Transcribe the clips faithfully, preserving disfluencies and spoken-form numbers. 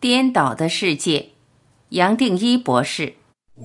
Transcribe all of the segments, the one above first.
颠倒的世界，杨定一博士。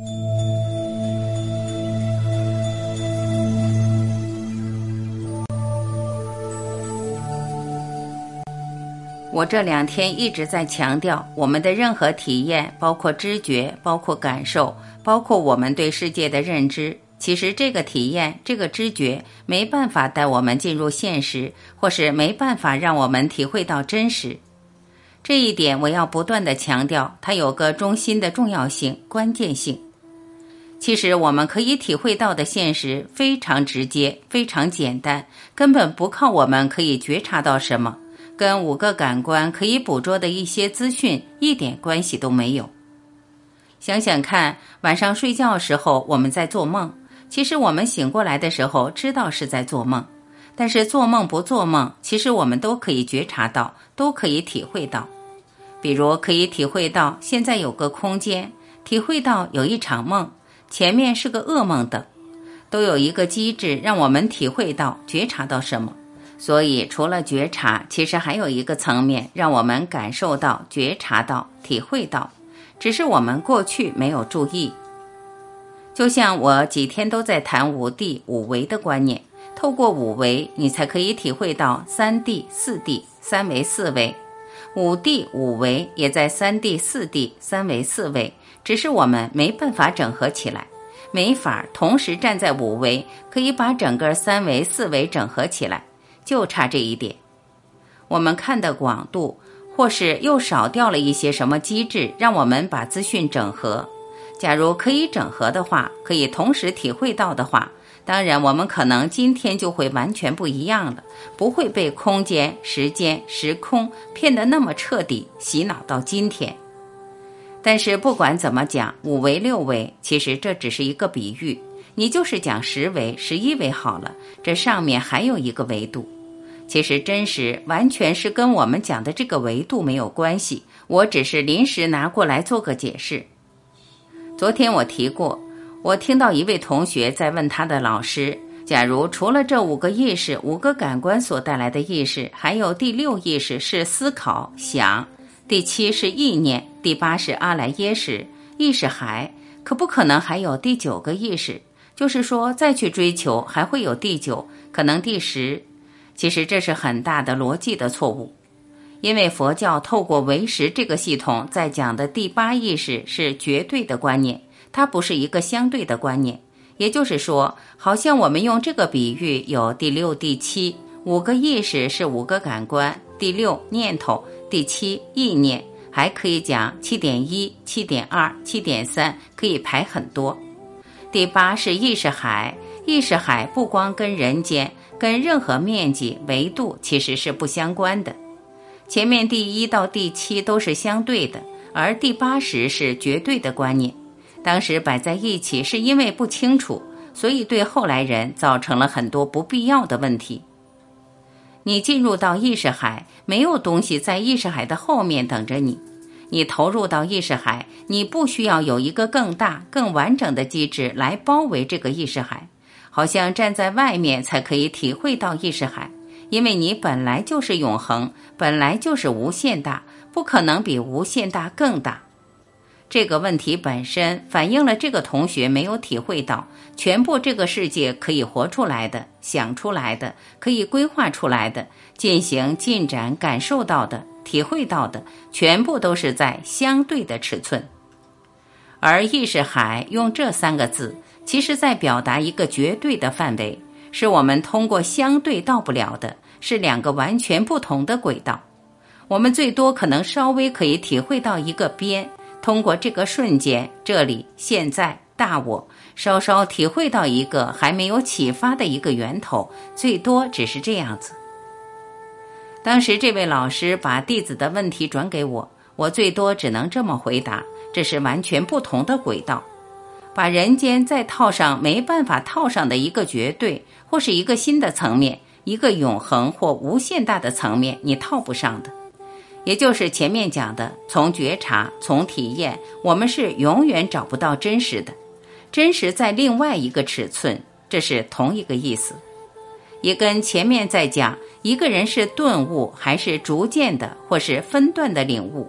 我这两天一直在强调，我们的任何体验，包括知觉，包括感受，包括我们对世界的认知，其实这个体验，这个知觉没办法带我们进入现实，或是没办法让我们体会到真实。这一点我要不断地强调，它有个中心的重要性、关键性。其实我们可以体会到的现实非常直接，非常简单，根本不靠我们可以觉察到什么，跟五个感官可以捕捉的一些资讯一点关系都没有。想想看，晚上睡觉时候我们在做梦，其实我们醒过来的时候知道是在做梦，但是做梦不做梦，其实我们都可以觉察到，都可以体会到。比如可以体会到现在有个空间，体会到有一场梦，前面是个噩梦等，都有一个机制让我们体会到、觉察到什么。所以除了觉察，其实还有一个层面让我们感受到、觉察到、体会到，只是我们过去没有注意。就像我几天都在谈五 D 五维的观念，透过五维你才可以体会到三 D 四 D 三维四维，五 D 五维也在三 D 四 D 三维四维，只是我们没办法整合起来，没法同时站在五维可以把整个三维四维整合起来，就差这一点。我们看的广度，或是又少掉了一些什么机制让我们把资讯整合。假如可以整合的话，可以同时体会到的话，当然我们可能今天就会完全不一样了，不会被空间、时间、时空骗得那么彻底，洗脑到今天。但是不管怎么讲，五维六维，其实这只是一个比喻，你就是讲十维、十一维好了，这上面还有一个维度。其实真实完全是跟我们讲的这个维度没有关系，我只是临时拿过来做个解释。昨天我提过，我听到一位同学在问他的老师，假如除了这五个意识、五个感官所带来的意识，还有第六意识是思考、想，第七是意念，第八是阿赖耶识、意识海，可不可能还有第九个意识？就是说再去追求还会有第九，可能第十。其实这是很大的逻辑的错误，因为佛教透过唯识这个系统在讲的第八意识是绝对的观念，它不是一个相对的观念。也就是说，好像我们用这个比喻有第六、第七，五个意识是五个感官，第六念头，第七意念，还可以讲 七点一、七点二、七点三， 可以排很多。第八是意识海，意识海不光跟人间，跟任何面积维度其实是不相关的。前面第一到第七都是相对的，而第八识是绝对的观念。当时摆在一起是因为不清楚，所以对后来人造成了很多不必要的问题。你进入到意识海，没有东西在意识海的后面等着你。你投入到意识海，你不需要有一个更大、更完整的机制来包围这个意识海，好像站在外面才可以体会到意识海，因为你本来就是永恒，本来就是无限大，不可能比无限大更大。这个问题本身反映了这个同学没有体会到，全部这个世界可以活出来的、想出来的、可以规划出来的、进行进展、感受到的、体会到的，全部都是在相对的尺寸。而意识海用这三个字，其实在表达一个绝对的范围，是我们通过相对到不了的，是两个完全不同的轨道。我们最多可能稍微可以体会到一个边，通过这个瞬间，这里、现在、大我，稍稍体会到一个还没有启发的一个源头，最多只是这样子。当时这位老师把弟子的问题转给我，我最多只能这么回答，这是完全不同的轨道。把人间再套上没办法套上的一个绝对，或是一个新的层面，一个永恒或无限大的层面，你套不上的。也就是前面讲的，从觉察、从体验，我们是永远找不到真实的。真实在另外一个尺寸，这是同一个意思。也跟前面在讲，一个人是顿悟还是逐渐的或是分段的领悟。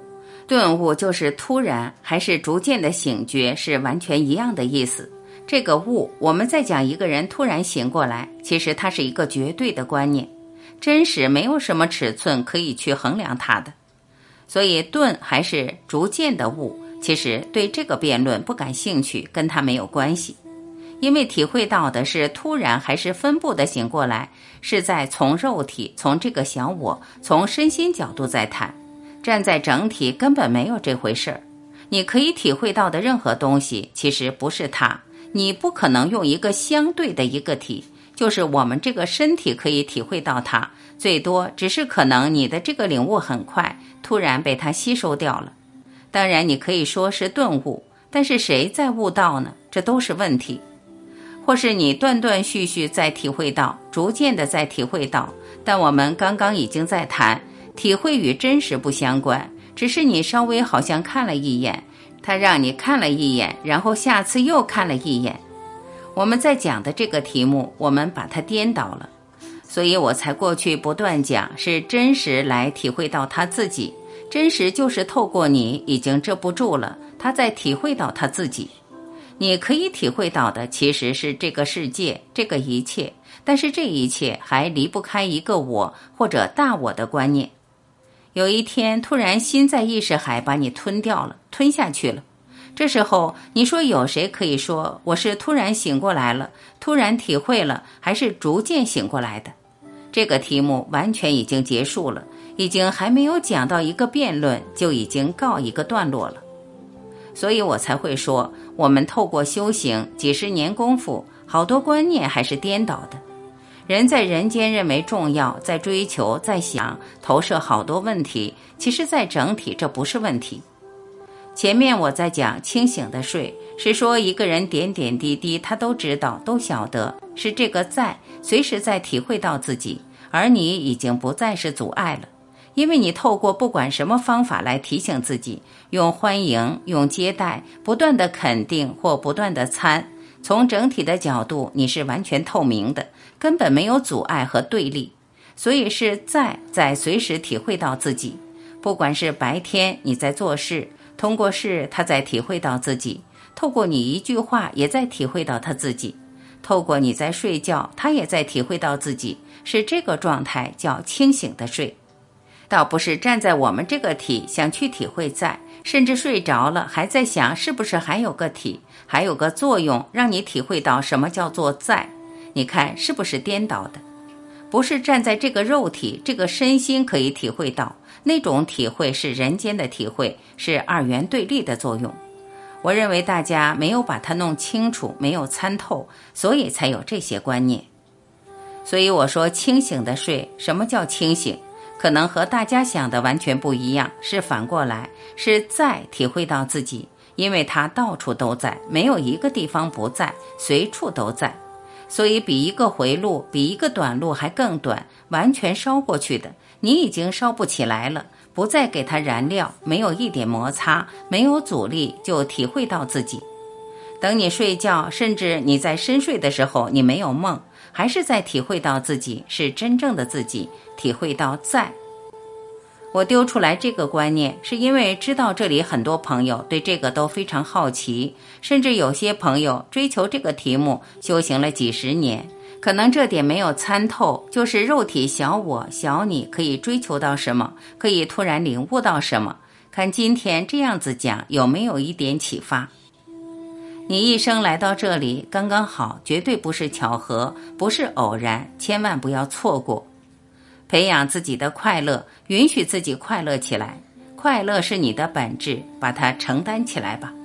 顿悟就是突然还是逐渐的醒觉，是完全一样的意思。这个悟，我们在讲一个人突然醒过来，其实它是一个绝对的观念，真实没有什么尺寸可以去衡量它的。所以顿还是逐渐的悟，其实对这个辩论不感兴趣，跟它没有关系。因为体会到的是突然还是分布的醒过来，是在从肉体，从这个小我，从身心角度在谈，站在整体根本没有这回事儿。你可以体会到的任何东西其实不是它，你不可能用一个相对的一个体，就是我们这个身体可以体会到它，最多只是可能你的这个领悟很快，突然被它吸收掉了。当然你可以说是顿悟，但是谁在悟道呢？这都是问题。或是你断断续续在体会到，逐渐的在体会到，但我们刚刚已经在谈，体会与真实不相关，只是你稍微好像看了一眼，他让你看了一眼，然后下次又看了一眼。我们在讲的这个题目，我们把它颠倒了，所以我才过去不断讲，是真实来体会到他自己，真实就是透过你已经遮不住了，他在体会到他自己。你可以体会到的其实是这个世界，这个一切，但是这一切还离不开一个我或者大我的观念。有一天突然心在意识海把你吞掉了，吞下去了，这时候你说有谁可以说我是突然醒过来了，突然体会了，还是逐渐醒过来的？这个题目完全已经结束了，已经还没有讲到一个辩论，就已经告一个段落了。所以我才会说，我们透过修行几十年功夫，好多观念还是颠倒的。人在人间认为重要，在追求，在想，投射好多问题，其实在整体这不是问题。前面我在讲清醒的睡，是说一个人点点滴滴他都知道，都晓得，是这个在，随时在体会到自己，而你已经不再是阻碍了。因为你透过不管什么方法来提醒自己，用欢迎，用接待，不断的肯定或不断的参，从整体的角度你是完全透明的，根本没有阻碍和对立，所以是在在随时体会到自己。不管是白天你在做事，通过事他在体会到自己，透过你一句话也在体会到他自己，透过你在睡觉他也在体会到自己，是这个状态叫清醒的睡。倒不是站在我们这个体想去体会在，甚至睡着了还在想是不是还有个体，还有个作用让你体会到什么叫做在。你看是不是颠倒的？不是站在这个肉体这个身心可以体会到，那种体会是人间的体会，是二元对立的作用。我认为大家没有把它弄清楚，没有参透，所以才有这些观念。所以我说清醒的睡，什么叫清醒？可能和大家想的完全不一样，是反过来，是在体会到自己，因为它到处都在，没有一个地方不在，随处都在，所以比一个回路，比一个短路还更短，完全烧过去的，你已经烧不起来了，不再给它燃料，没有一点摩擦，没有阻力，就体会到自己。等你睡觉，甚至你在深睡的时候，你没有梦，还是在体会到自己是真正的自己，体会到在。我丢出来这个观念，是因为知道这里很多朋友对这个都非常好奇，甚至有些朋友追求这个题目修行了几十年，可能这点没有参透，就是肉体小我小你可以追求到什么，可以突然领悟到什么。看今天这样子讲有没有一点启发。你一生来到这里刚刚好，绝对不是巧合，不是偶然，千万不要错过。培养自己的快乐，允许自己快乐起来，快乐是你的本质，把它承担起来吧。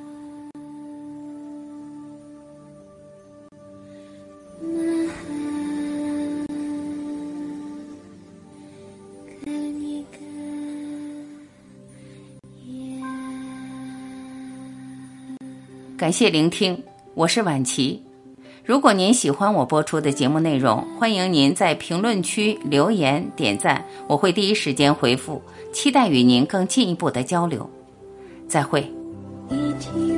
感谢聆听，我是婉琪。如果您喜欢我播出的节目内容，欢迎您在评论区留言点赞，我会第一时间回复，期待与您更进一步的交流。再会。一起